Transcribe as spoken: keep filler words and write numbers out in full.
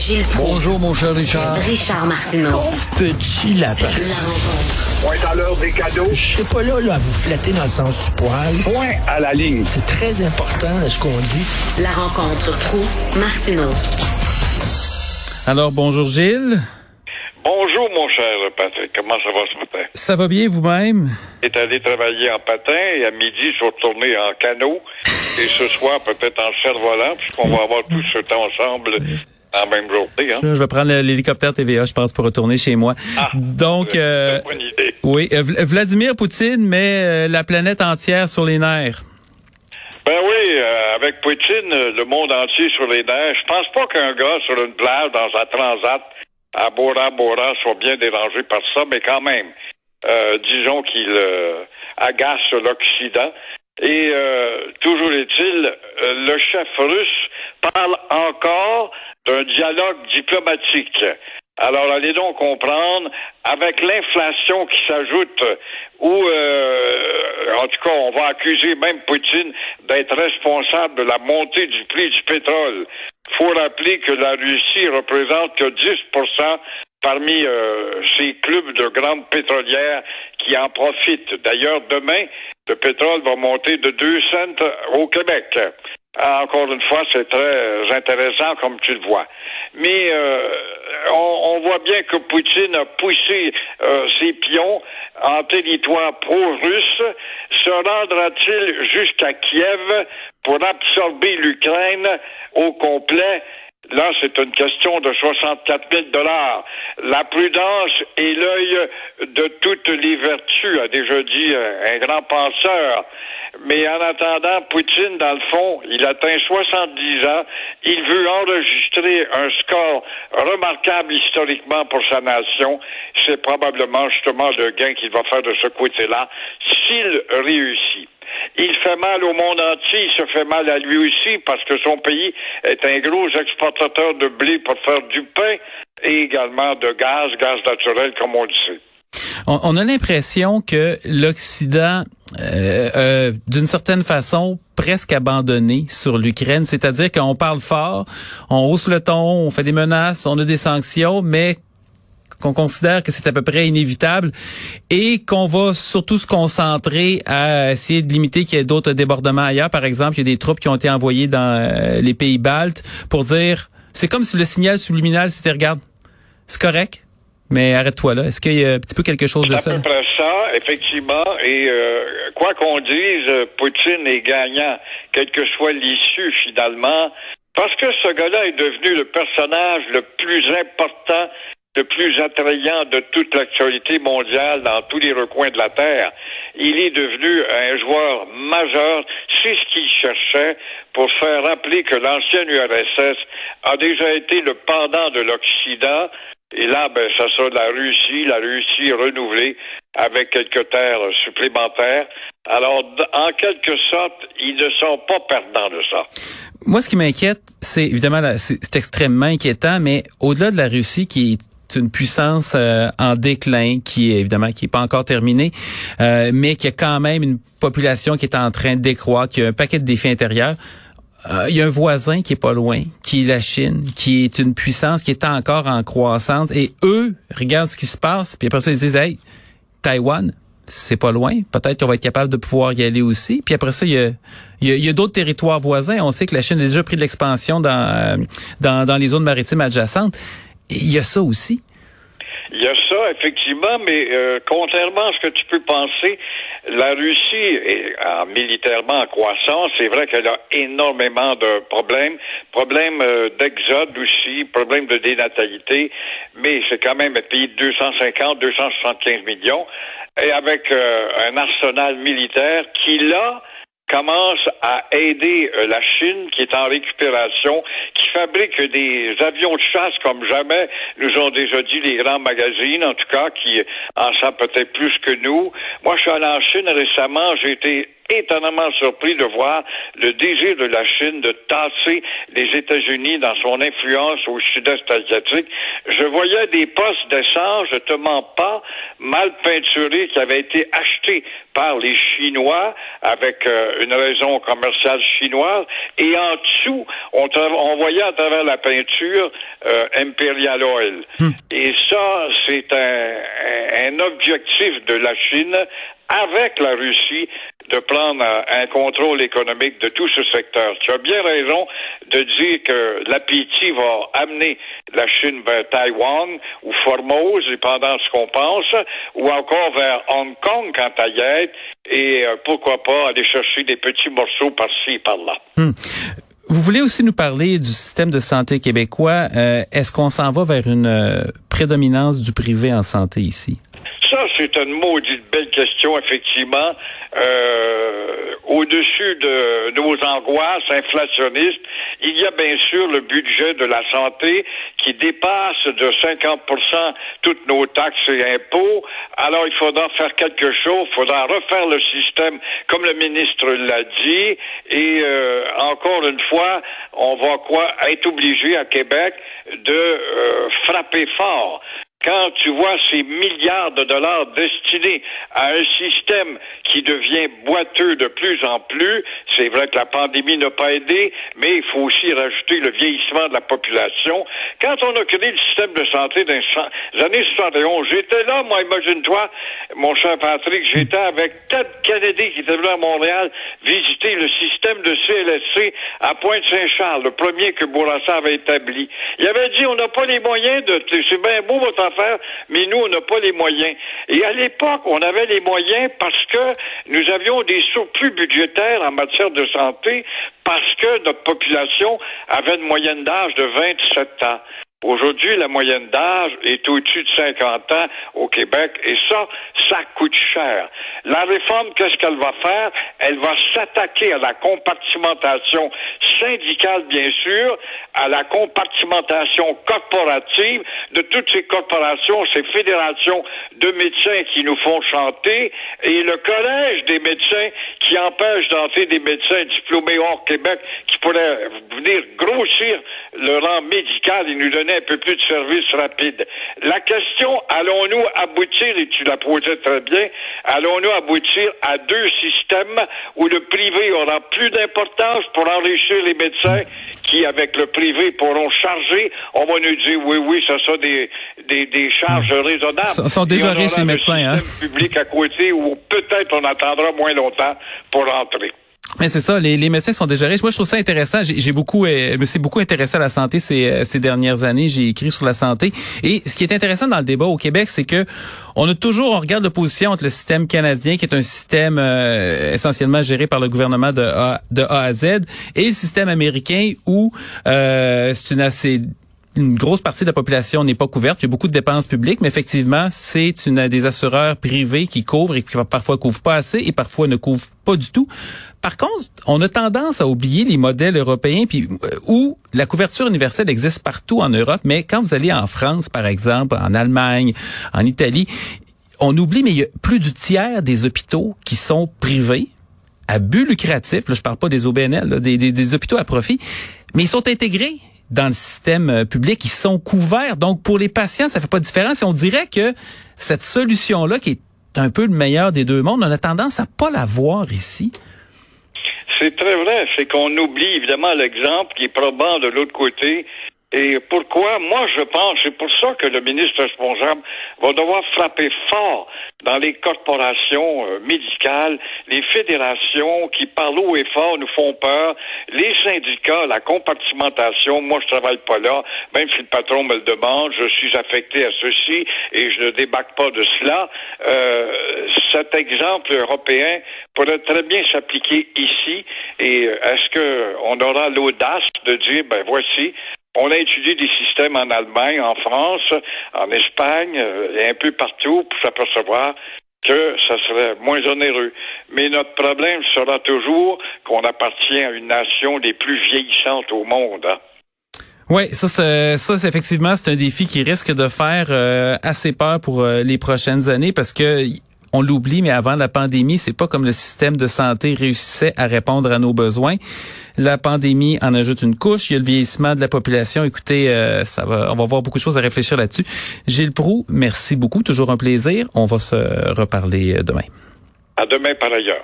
Gilles Proulx. Bonjour, mon cher Richard. Richard Martineau. Petit lapin. La rencontre. Point à l'heure des cadeaux. Je serai pas là, là à vous flatter dans le sens du poil. Point à la ligne. C'est très important, ce qu'on dit. La rencontre Proulx-Martineau. Alors, bonjour Gilles. Bonjour, mon cher Patrick. Comment ça va ce matin? Ça va bien vous-même? J'étais allé travailler en patin et à midi, je suis retourné en canot. Et ce soir, peut-être en cerf-volant, puisqu'on va avoir tout ce temps ensemble en même journée. Hein? Je vais prendre l'hélicoptère T V A, je pense, pour retourner chez moi. Ah, Donc, c'est euh, une bonne idée. oui, euh, Vladimir Poutine met euh, la planète entière sur les nerfs. Ben oui, euh, avec Poutine, le monde entier sur les nerfs. Je pense pas qu'un gars sur une plage dans un transat à Bora Bora soit bien dérangé par ça, mais quand même, euh, disons qu'il euh, agace l'Occident. Et euh, toujours est-il, euh, le chef russe parle encore d'un dialogue diplomatique. Alors, allez donc comprendre, avec l'inflation qui s'ajoute, où, euh, en tout cas, on va accuser même Poutine d'être responsable de la montée du prix du pétrole. Faut rappeler que la Russie représente que dix pour cent parmi euh, ces clubs de grandes pétrolières qui en profitent. D'ailleurs, demain, le pétrole va monter de deux cents au Québec. Encore une fois, c'est très intéressant comme tu le vois. Mais euh, on, on voit bien que Poutine a poussé euh, ses pions en territoire pro-russe. Se rendra-t-il jusqu'à Kiev pour absorber l'Ukraine au complet? Là, c'est une question de soixante-quatre mille dollars. La prudence et l'œil de toutes les vertus, a déjà dit un grand penseur. Mais en attendant, Poutine, dans le fond, il atteint soixante-dix ans. Il veut enregistrer un score remarquable historiquement pour sa nation. C'est probablement justement le gain qu'il va faire de ce côté-là, s'il réussit. Il fait mal au monde entier, il se fait mal à lui aussi parce que son pays est un gros exportateur de blé pour faire du pain et également de gaz, gaz naturel comme on le sait. On, on a l'impression que l'Occident, euh, euh, d'une certaine façon, presque abandonné sur l'Ukraine, c'est-à-dire qu'on parle fort, on hausse le ton, on fait des menaces, on a des sanctions, mais qu'on considère que c'est à peu près inévitable et qu'on va surtout se concentrer à essayer de limiter qu'il y ait d'autres débordements ailleurs. Par exemple, il y a des troupes qui ont été envoyées dans euh, les pays baltes pour dire, c'est comme si le signal subliminal c'était, regarde, c'est correct, mais arrête-toi là. Est-ce qu'il y a un petit peu quelque chose de ça? C'est à peu près ça, effectivement. Et euh, quoi qu'on dise, Poutine est gagnant, quelle que soit l'issue finalement, parce que ce gars-là est devenu le personnage le plus important, le plus attrayant de toute l'actualité mondiale dans tous les recoins de la Terre. Il est devenu un joueur majeur. C'est ce qu'il cherchait pour faire rappeler que l'ancienne U R S S a déjà été le pendant de l'Occident. Et là, ben, ça sera la Russie, la Russie renouvelée avec quelques terres supplémentaires. Alors, en quelque sorte, ils ne sont pas perdants de ça. Moi, ce qui m'inquiète, c'est évidemment, c'est, c'est extrêmement inquiétant, mais au-delà de la Russie qui est c'est une puissance euh, en déclin qui est évidemment qui est pas encore terminée, euh, mais qui a quand même une population qui est en train de décroître, qui a un paquet de défis intérieurs. Euh, il y a un voisin qui est pas loin, qui est la Chine, qui est une puissance qui est encore en croissance. Et eux regardent ce qui se passe, puis après ça ils disent, hey, Taïwan, c'est pas loin, peut-être qu'on va être capable de pouvoir y aller aussi. Puis après ça, il y a, il y a, il y a d'autres territoires voisins. On sait que la Chine a déjà pris de l'expansion dans, dans, dans les zones maritimes adjacentes. Il y a ça aussi. Il y a ça, effectivement, mais euh, contrairement à ce que tu peux penser, la Russie est euh, militairement en croissance. C'est vrai qu'elle a énormément de problèmes. Problèmes euh, d'exode aussi, problèmes de dénatalité, mais c'est quand même un pays de deux cent cinquante, deux cent soixante-quinze millions, et avec euh, un arsenal militaire qui, là, commence à aider euh, la Chine, qui est en récupération, qui fabrique des avions de chasse comme jamais, nous ont déjà dit les grands magazines, en tout cas, qui en savent peut-être plus que nous. Moi, je suis allé en Chine récemment, j'ai été étonnamment surpris de voir le désir de la Chine de tasser les États-Unis dans son influence au sud-est asiatique. Je voyais des postes d'essence, je te mens pas, mal peinturés, qui avaient été achetés par les Chinois avec euh, une raison commerciale chinoise. Et en dessous, on, tra- on voyait voyait à travers la peinture euh, Imperial Oil. Hmm. Et ça, c'est un, un objectif de la Chine avec la Russie de prendre un, un contrôle économique de tout ce secteur. Tu as bien raison de dire que l'appétit va amener la Chine vers Taïwan ou Formose, dépendant de ce qu'on pense, ou encore vers Hong Kong quant à y être, et euh, pourquoi pas aller chercher des petits morceaux par-ci et par-là. Hmm. Vous voulez aussi nous parler du système de santé québécois. Euh, est-ce qu'on s'en va vers une euh, prédominance du privé en santé ici? Ça, c'est une maudite belle question, effectivement. Euh, au-dessus de nos angoisses inflationnistes, il y a bien sûr le budget de la santé qui dépasse de cinquante pour cent toutes nos taxes et impôts. Alors, il faudra faire quelque chose, il faudra refaire le système, comme le ministre l'a dit. Et euh, encore une fois, on va quoi être obligé à Québec de euh, frapper fort. Quand tu vois ces milliards de dollars destinés à un système qui devient boiteux de plus en plus, c'est vrai que la pandémie n'a pas aidé, mais il faut aussi rajouter le vieillissement de la population. Quand on a créé le système de santé dans les années soixante et onze, j'étais là, moi, imagine-toi, mon cher Patrick, j'étais avec Ted Kennedy qui était venu à Montréal visiter le système de C L S C à Pointe-Saint-Charles, le premier que Bourassa avait établi. Il avait dit, on n'a pas les moyens de... C'est bien beau votre affaire, mais nous, on n'a pas les moyens. Et à l'époque, on avait les moyens parce que nous avions des surplus budgétaires en matière de santé parce que notre population avait une moyenne d'âge de vingt-sept ans. Aujourd'hui, la moyenne d'âge est au-dessus de cinquante ans au Québec et ça, ça coûte cher. La réforme, qu'est-ce qu'elle va faire? Elle va s'attaquer à la compartimentation syndicale, bien sûr, à la compartimentation corporative de toutes ces corporations, ces fédérations de médecins qui nous font chanter et le collège des médecins qui empêche d'entrer des médecins diplômés hors Québec qui pourraient venir grossir le rang médical et nous donner un peu plus de services rapides. La question, allons-nous aboutir, et tu la posais très bien, allons-nous aboutir à deux systèmes où le privé aura plus d'importance pour enrichir les médecins qui, avec le privé, pourront charger. On va nous dire, oui, oui, ça sera des, des, des charges raisonnables. Ils sont déjà riches, les médecins, hein? Public à côté où peut-être on attendra moins longtemps pour rentrer. Mais c'est ça, les, les médecins sont déjà riches. Moi, je trouve ça intéressant. J'ai, j'ai beaucoup, euh, me suis beaucoup intéressé à la santé ces, ces dernières années. J'ai écrit sur la santé. Et ce qui est intéressant dans le débat au Québec, c'est que on a toujours, on regarde l'opposition entre le système canadien, qui est un système euh, essentiellement géré par le gouvernement de A, de A à Z, et le système américain où euh, c'est une assez une grosse partie de la population n'est pas couverte. Il y a beaucoup de dépenses publiques, mais effectivement, c'est une des assureurs privés qui couvrent et qui parfois couvrent pas assez et parfois ne couvrent pas du tout. Par contre, on a tendance à oublier les modèles européens puis où la couverture universelle existe partout en Europe, mais quand vous allez en France, par exemple, en Allemagne, en Italie, on oublie, mais il y a plus du tiers des hôpitaux qui sont privés à but lucratif. Là, je parle pas des O B N L, là, des, des, des hôpitaux à profit, mais ils sont intégrés dans le système public, ils sont couverts. Donc, pour les patients, ça fait pas de différence. Et on dirait que cette solution-là, qui est un peu le meilleur des deux mondes, on a tendance à pas la voir ici. C'est très vrai. C'est qu'on oublie, évidemment, l'exemple qui est probant de l'autre côté. Et pourquoi? Moi, je pense, c'est pour ça que le ministre responsable va devoir frapper fort dans les corporations euh, médicales, les fédérations qui parlent haut et fort nous font peur, les syndicats, la compartimentation. Moi, je travaille pas là, même si le patron me le demande, je suis affecté à ceci et je ne débarque pas de cela. Euh, cet exemple européen pourrait très bien s'appliquer ici. Et est-ce que on aura l'audace de dire, ben voici, on a étudié des systèmes en Allemagne, en France, en Espagne, et un peu partout pour s'apercevoir que ça serait moins onéreux. Mais notre problème sera toujours qu'on appartient à une nation des plus vieillissantes au monde. Hein? Oui, ça, c'est, ça c'est effectivement, c'est un défi qui risque de faire euh, assez peur pour euh, les prochaines années parce que on l'oublie, mais avant la pandémie, c'est pas comme le système de santé réussissait à répondre à nos besoins. La pandémie en ajoute une couche. Il y a le vieillissement de la population. Écoutez, euh, ça va, on va voir beaucoup de choses à réfléchir là-dessus. Gilles Proulx, merci beaucoup. Toujours un plaisir. On va se reparler demain. À demain par ailleurs.